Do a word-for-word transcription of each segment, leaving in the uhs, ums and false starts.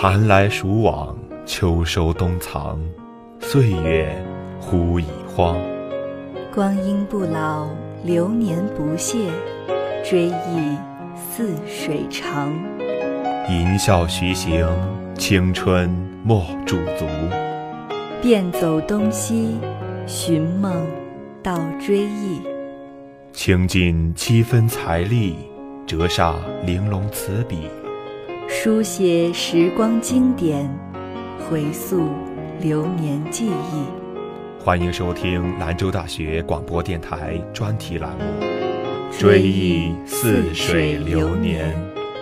寒来暑往，秋收冬藏，岁月忽已荒。 光阴不老，流年不谢，追忆似水长。 吟啸徐行，青春莫驻足。 遍走东西，寻梦到追忆。 倾尽七分财力，折煞玲珑词笔。 书写时光经典，回溯流年记忆。 欢迎收听兰州大学广播电台专题栏目《追忆似水流年》。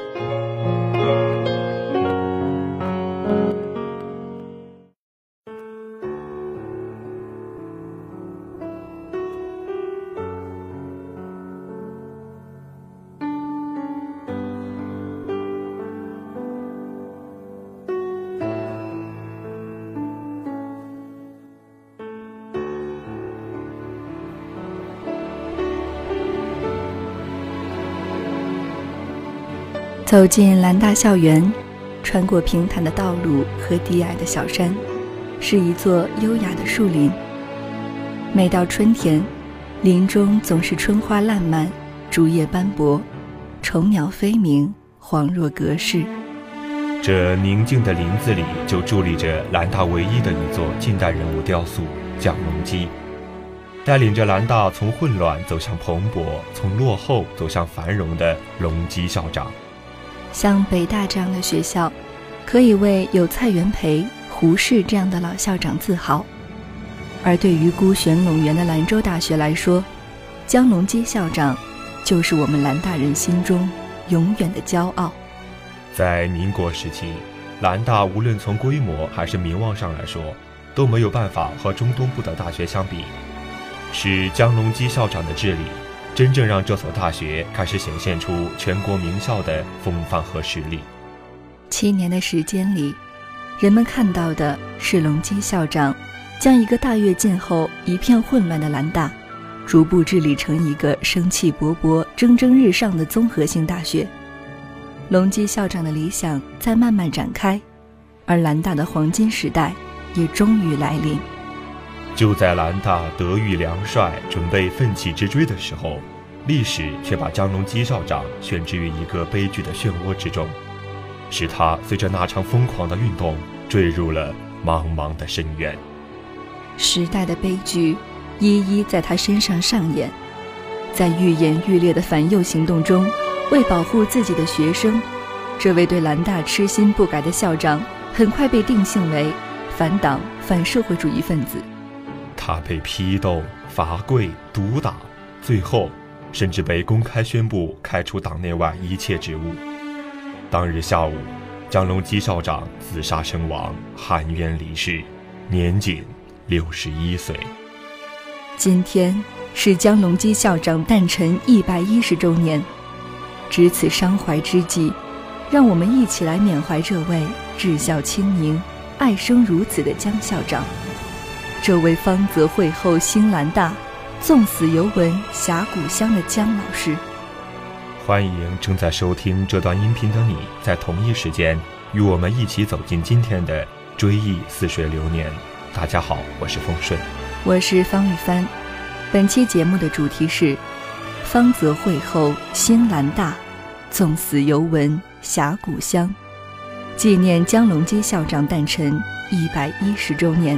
走进兰大校园，穿过平坦的道路和低矮的小山，是一座优雅的树林。每到春天，林中总是春花烂漫，竹叶斑驳，虫鸟飞鸣，恍若隔世。 这宁静的林子里，就伫立着兰大唯一的一座近代人物雕塑蒋隆基，带领着兰大从混乱走向蓬勃，从落后走向繁荣的隆基校长。 像北大这样的学校，可以为有蔡元培、胡适这样的老校长自豪；而对于孤悬陇原的兰州大学来说，江隆基校长就是我们兰大人心中永远的骄傲。 在民国时期，兰大无论从规模还是名望上来说，都没有办法和中东部的大学相比。是江隆基校长的治理，真正让这所大学开始显现出全国名校的风范和实力。 七年的时间里，人们看到的是隆基校长将一个大跃进后一片混乱的兰大，逐步治理成一个生气勃勃、蒸蒸日上的综合性大学。隆基校长的理想在慢慢展开，而兰大的黄金时代也终于来临。 就在兰大德育良帅，准备奋起直追的时候，历史却把江隆基校长选置于一个悲剧的漩涡之中，使他随着那场疯狂的运动坠入了茫茫的深渊。 时代的悲剧一一在他身上上演。在愈演愈烈的反右行动中，为保护自己的学生，这位对兰大痴心不改的校长很快被定性为反党反社会主义分子。 他被批斗、罚跪、毒打，最后甚至被公开宣布开除党内外一切职务。当日下午，江隆基校长自杀身亡，含冤离世，年仅六十一岁。 今天是江隆基校长诞辰一百一十周年，值此伤怀之际，让我们一起来缅怀这位志校清明、爱生如子的江校长。这位芳泽惠后兴兰大，纵死犹闻侠骨香的江老师。 欢迎正在收听这段音频的你，在同一时间与我们一起走进今天的追忆似水流年。大家好，我是丰顺， 我是方玉帆。本期节目的主题是芳泽惠后兴兰大，纵死犹闻侠骨香，纪念江隆基校长诞辰一百一十周年。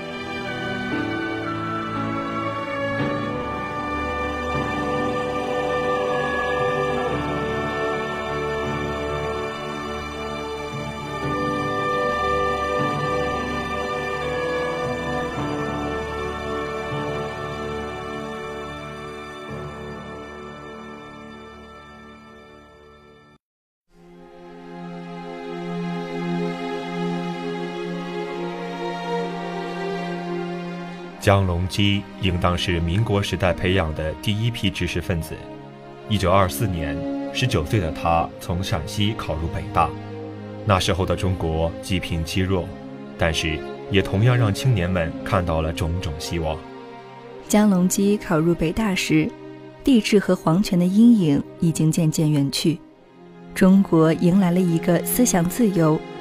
江隆基应当是民国时代培养的第一批知识分子。一九二四年，十九岁的他从陕西考入北大。那时候的中国积贫积弱，但是也同样让青年们看到了种种希望。 江隆基考入北大时，帝制和皇权的阴影已经渐渐远去，中国迎来了一个思想自由、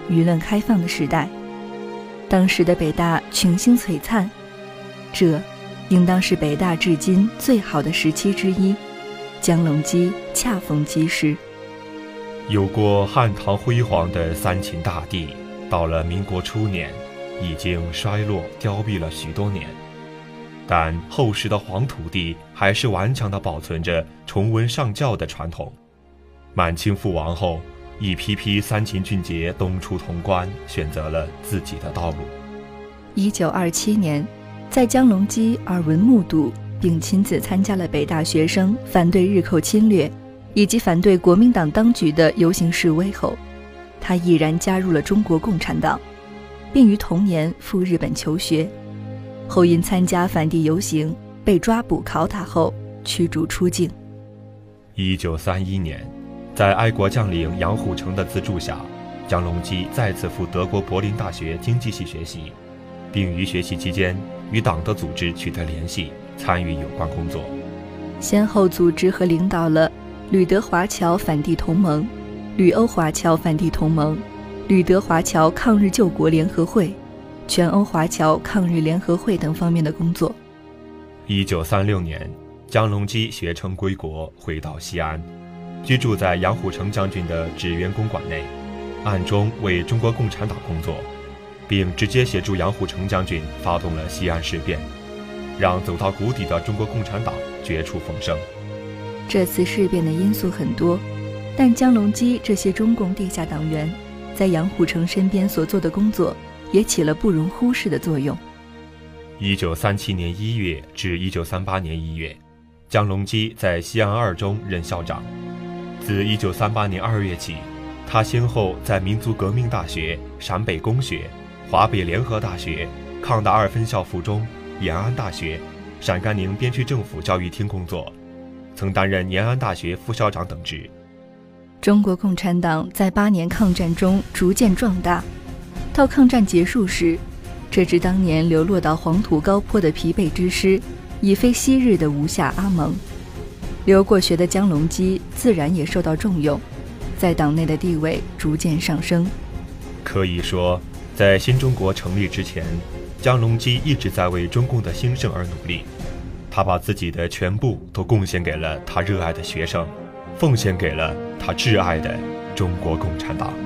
舆论开放的时代。当时的北大群星璀璨，这应当是北大至今最好的时期之一，江龙基恰逢其时。 有过汉唐辉煌的三秦大地，到了民国初年，已经衰落凋敝了许多年，但后世的黄土地还是顽强地保存着崇文尚教的传统。满清覆亡后，一批批三秦俊杰东出潼关，选择了自己的道路。 一九二七年，在江龙基耳闻目睹并亲自参加了北大学生反对日寇侵略以及反对国民党当局的游行示威后，他毅然加入了中国共产党，并于同年赴日本求学，后因参加反帝游行被抓捕拷打后驱逐出境。 一九三一年，在爱国将领杨虎城的资助下，江龙基再次赴德国柏林大学经济系学习，并于学习期间与党的组织取得联系，参与有关工作， 先后组织和领导了旅德华侨反帝同盟、旅欧华侨反帝同盟、旅德华侨抗日救国联合会、全欧华侨抗日联合会等方面的工作。 一九三六年，江龙基学成归国，回到西安，居住在杨虎城将军的纸鸢公馆内，暗中为中国共产党工作，并直接协助杨虎城将军发动了西安事变，让走到谷底的中国共产党绝处逢生。 这次事变的因素很多，但江龙基这些中共地下党员在杨虎城身边所做的工作也起了不容忽视的作用。 一九三七年一月至一九三八年一月，江龙基在西安二中任校长。自一九三八年二月起，他先后在民族革命大学、陕北工学、华北联合大学、抗大二分校附中、延安大学、陕甘宁边区政府教育厅工作，曾担任延安大学副校长等职。 中国共产党在八年抗战中逐渐壮大，到抗战结束时，这支当年流落到黄土高坡的疲惫之师，已非昔日的吴下阿蒙。留过学的江龙基自然也受到重用，在党内的地位逐渐上升。 可以说，在新中国成立之前，江龙基一直在为中共的兴盛而努力。他把自己的全部都贡献给了他热爱的学生，奉献给了他挚爱的中国共产党。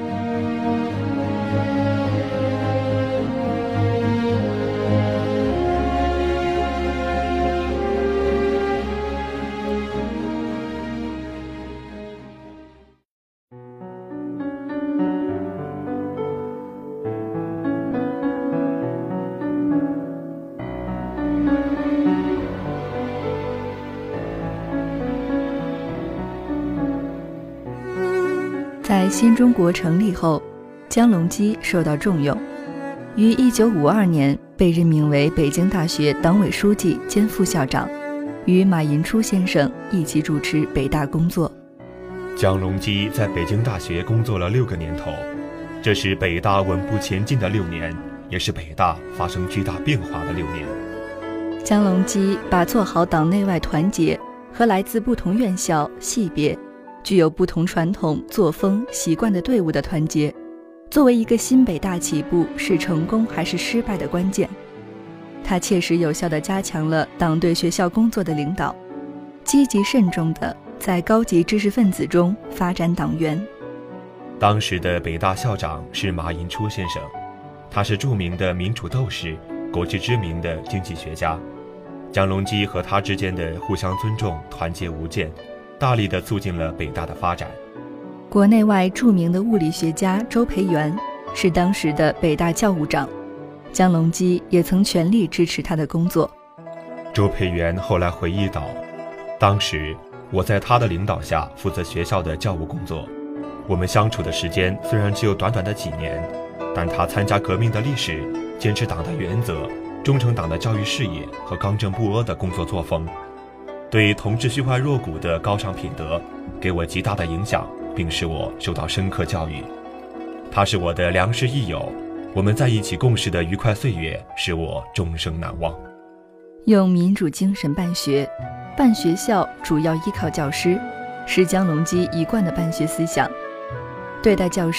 在新中国成立后，江龙基受到重用，于一九五二年被任命为北京大学党委书记兼副校长，与马寅初先生一起主持北大工作。 江龙基在北京大学工作了六个年头，这是北大稳步前进的六年，也是北大发生巨大变化的六年。 江龙基把做好党内外团结和来自不同院校、系别、具有不同传统、作风、习惯的队伍的团结，作为一个新北大起步是成功还是失败的关键。他切实有效地加强了党对学校工作的领导，积极慎重地在高级知识分子中发展党员。 当时的北大校长是马寅初先生，他是著名的民主斗士，国际知名的经济学家。江龙基和他之间的互相尊重、团结无间，大力地促进了北大的发展。 国内外著名的物理学家周培源是当时的北大教务长，江龙基也曾全力支持他的工作。 周培源后来回忆道，当时我在他的领导下负责学校的教务工作，我们相处的时间虽然只有短短的几年，但他参加革命的历史，坚持党的原则，忠诚党的教育事业和刚正不阿的工作作风，对同志虚怀若谷的高尚品德给我极大的影响，并使我受到深刻教育。他是我的良师益友，我们在一起共事的愉快岁月使我终生难忘。 用民主精神办学，办学校主要依靠教师，是江龙基一贯的办学思想。对待教师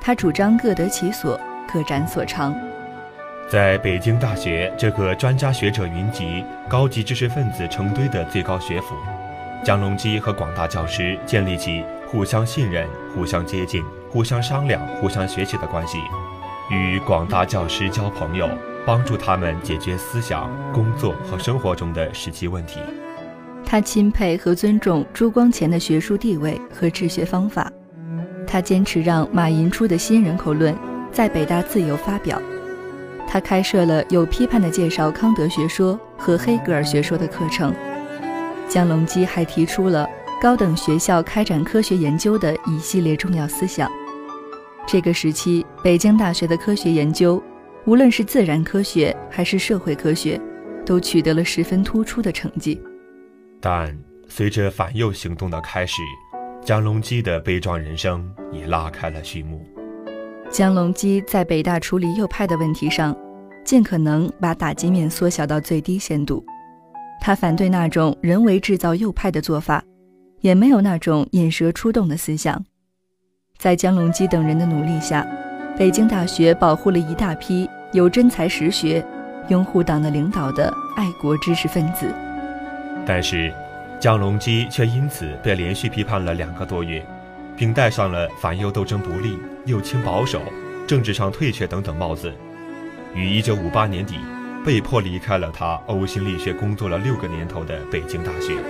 他主张各得其所，各展所长。 在北京大学这个专家学者云集、高级知识分子成堆的最高学府，江隆基和广大教师建立起互相信任、互相接近、互相商量、互相学习的关系，与广大教师交朋友，帮助他们解决思想、工作和生活中的实际问题。 他钦佩和尊重朱光潜的学术地位和治学方法，他坚持让马寅初的新人口论在北大自由发表。他开设了有批判地介绍康德学说和黑格尔学说的课程。江隆基还提出了高等学校开展科学研究的一系列重要思想。这个时期，北京大学的科学研究，无论是自然科学还是社会科学，都取得了十分突出的成绩。 但随着反右行动的开始，江隆基的悲壮人生也拉开了序幕。 江隆基在北大处理右派的问题上，尽可能把打击面缩小到最低限度。他反对那种人为制造右派的做法，也没有那种引蛇出洞的思想。在江隆基等人的努力下，北京大学保护了一大批有真才实学、拥护党的领导的爱国知识分子。 但是江隆基却因此被连续批判了两个多月，并戴上了反右斗争不利、右倾保守、政治上退却等等帽子，于一九五八年底被迫离开了他呕心沥血工作了六个年头的北京大学。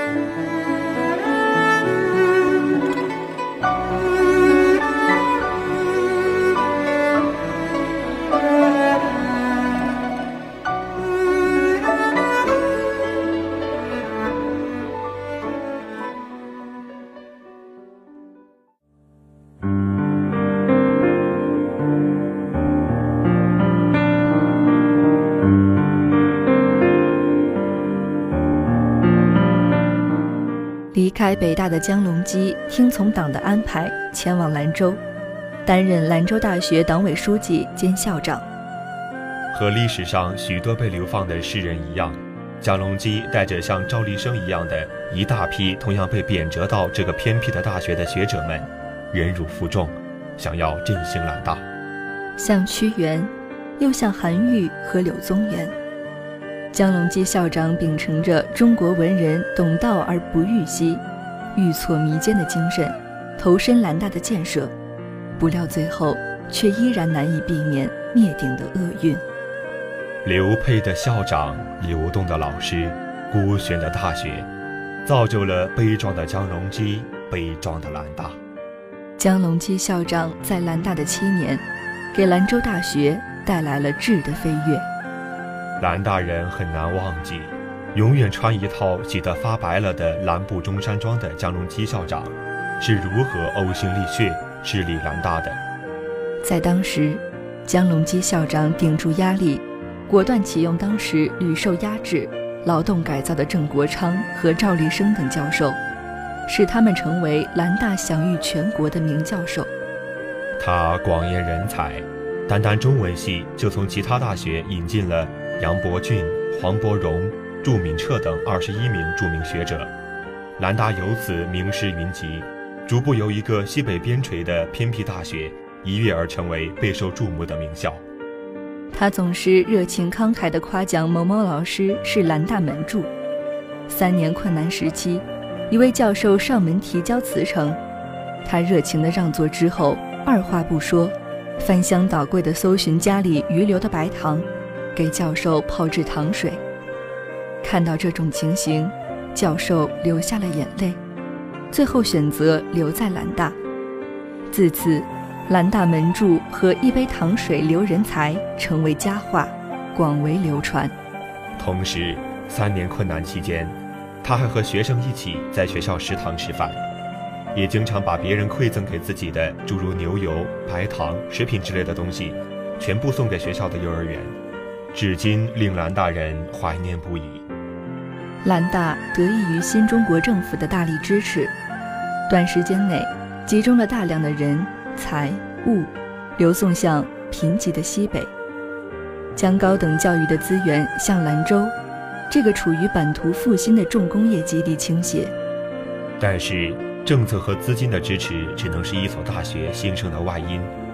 离开北大的江隆基听从党的安排，前往兰州，担任兰州大学党委书记兼校长。 和历史上许多被流放的诗人一样，江隆基带着像赵立生一样的一大批同样被贬谪到这个偏僻的大学的学者们，忍辱负重，想要振兴兰大。 像屈原，又像韩愈和柳宗元。江隆基校长秉承着中国文人懂道而不欲兮，欲挫弥坚的精神，投身兰大的建设，不料最后却依然难以避免灭顶的厄运。 流配的校长，流动的老师，孤悬的大学，造就了悲壮的江隆基，悲壮的兰大。 江隆基校长在兰大的七年，给兰州大学带来了质的飞跃。 兰大人很难忘记，永远穿一套洗得发白了的蓝布中山装的江隆基校长是如何呕心沥血治理兰大的。 在当时，江隆基校长顶住压力，果断启用当时屡受压制、劳动改造的郑国昌和赵立生等教授，使他们成为兰大享誉全国的名教授。 他广研人才，单单中文系就从其他大学引进了杨伯峻、黄伯荣、祝敏彻等二十一名著名学者，兰大由此名师云集，逐步由一个西北边陲的偏僻大学一跃而成为备受注目的名校。 他总是热情慷慨地夸奖某某老师是兰大门柱。三年困难时期，一位教授上门提交辞呈，他热情地让座之后，二话不说，翻箱倒柜地搜寻家里余留的白糖，给教授泡制糖水。看到这种情形，教授流下了眼泪，最后选择留在兰大。自此，兰大门柱和一杯糖水留人才成为佳话，广为流传。 同时，三年困难期间，他还和学生一起在学校食堂吃饭，也经常把别人馈赠给自己的诸如牛油、白糖、食品之类的东西全部送给学校的幼儿园，至今令兰大人怀念不已。 兰大得益于新中国政府的大力支持，短时间内集中了大量的人财物流送向贫瘠的西北，将高等教育的资源向兰州这个处于版图复兴的重工业基地倾斜。 但是政策和资金的支持只能是一所大学兴盛的外因，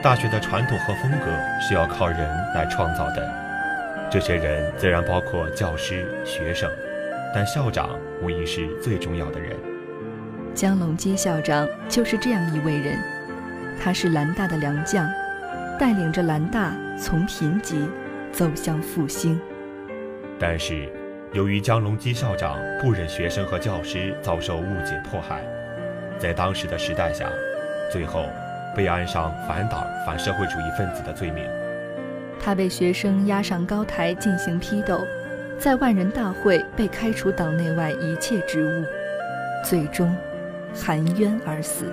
大学的传统和风格是要靠人来创造的，这些人自然包括教师、学生，但校长无疑是最重要的人。 江龙基校长就是这样一位人，他是兰大的良将，带领着兰大从贫瘠走向复兴。 但是由于江龙基校长不忍学生和教师遭受误解迫害，在当时的时代下，最后被安上反党反社会主义分子的罪名。 他被学生押上高台进行批斗，在万人大会被开除党内外一切职务，最终含冤而死。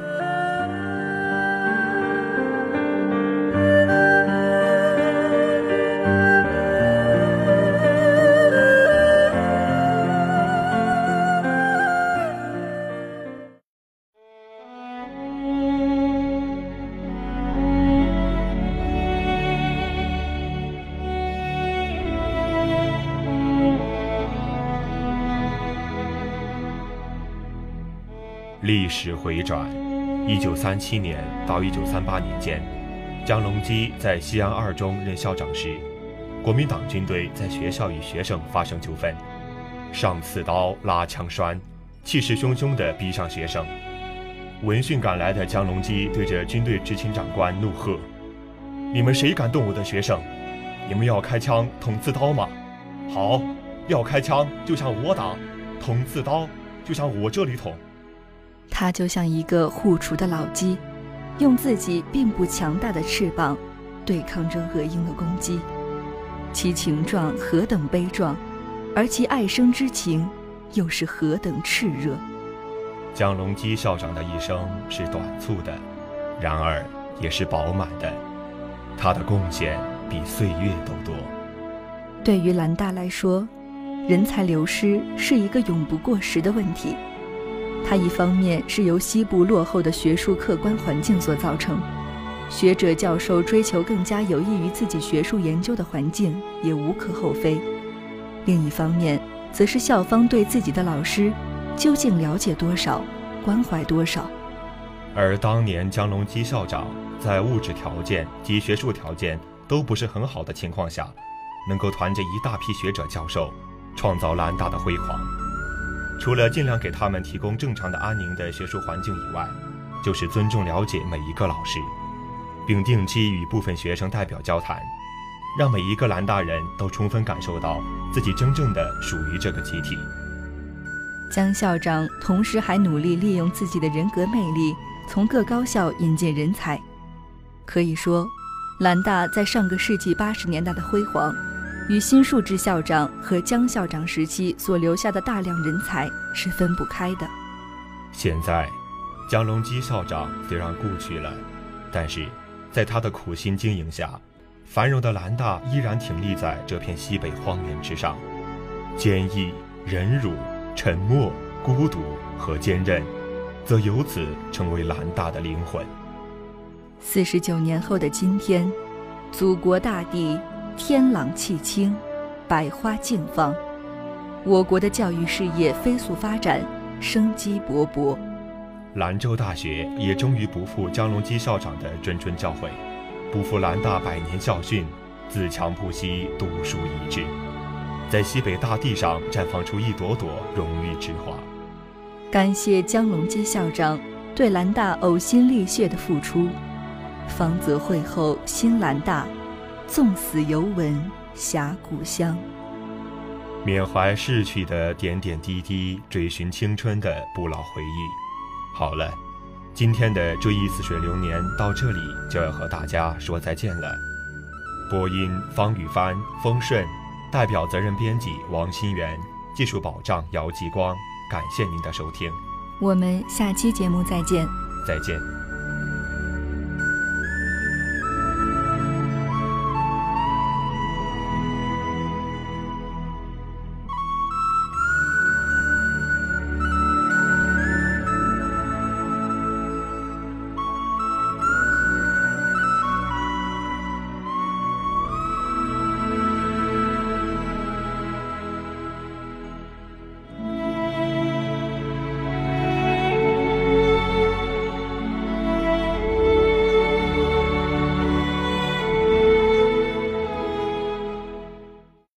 历史回转，一九三七年到一九三八年间，江龙基在西安二中任校长时，国民党军队在学校与学生发生纠纷，上刺刀拉枪栓，气势汹汹地逼上学生。闻讯赶来的江龙基对着军队执勤长官怒喝：“你们谁敢动我的学生？你们要开枪捅刺刀吗？好，要开枪就向我打，捅刺刀就向我这里捅。” 他就像一个护雏的老鸡，用自己并不强大的翅膀对抗着恶鹰的攻击，其情状何等悲壮，而其爱生之情又是何等炽热。 江龙基校长的一生是短促的，然而也是饱满的，他的贡献比岁月都多。 对于兰大来说，人才流失是一个永不过时的问题。它一方面是由西部落后的学术客观环境所造成，学者教授追求更加有益于自己学术研究的环境也无可厚非；另一方面，则是校方对自己的老师究竟了解多少，关怀多少。 而当年江龙基校长在物质条件及学术条件都不是很好的情况下，能够团结一大批学者教授，创造兰大的辉煌。除了尽量给他们提供正常的安宁的学术环境以外，就是尊重了解每一个老师，并定期与部分学生代表交谈，让每一个兰大人都充分感受到自己真正的属于这个集体。 江校长同时还努力利用自己的人格魅力，从各高校引进人才。可以说，兰大在上个世纪八十年代的辉煌，与辛树之校长和江校长时期所留下的大量人才是分不开的。 现在，江龙基校长虽然故去了，但是在他的苦心经营下，繁荣的兰大依然挺立在这片西北荒原之上。坚毅、忍辱、沉默、孤独和坚韧，则由此成为兰大的灵魂。 四十九年后的今天，祖国大地天朗气清，百花竞放，我国的教育事业飞速发展，生机勃勃。 兰州大学也终于不负江龙基校长的谆谆教诲，不负兰大百年校训，自强不息，读书益智，在西北大地上绽放出一朵朵荣誉之花。 感谢江龙基校长对兰大呕心沥血的付出，方泽会后新兰大，纵死犹闻侠故乡。 缅怀逝去的点点滴滴，追寻青春的不老回忆。好了，今天的追忆似水流年到这里就要和大家说再见了。播音方宇帆、丰顺，代表责任编辑王新元，技术保障姚继光，感谢您的收听， 我们下期节目再见。 再见。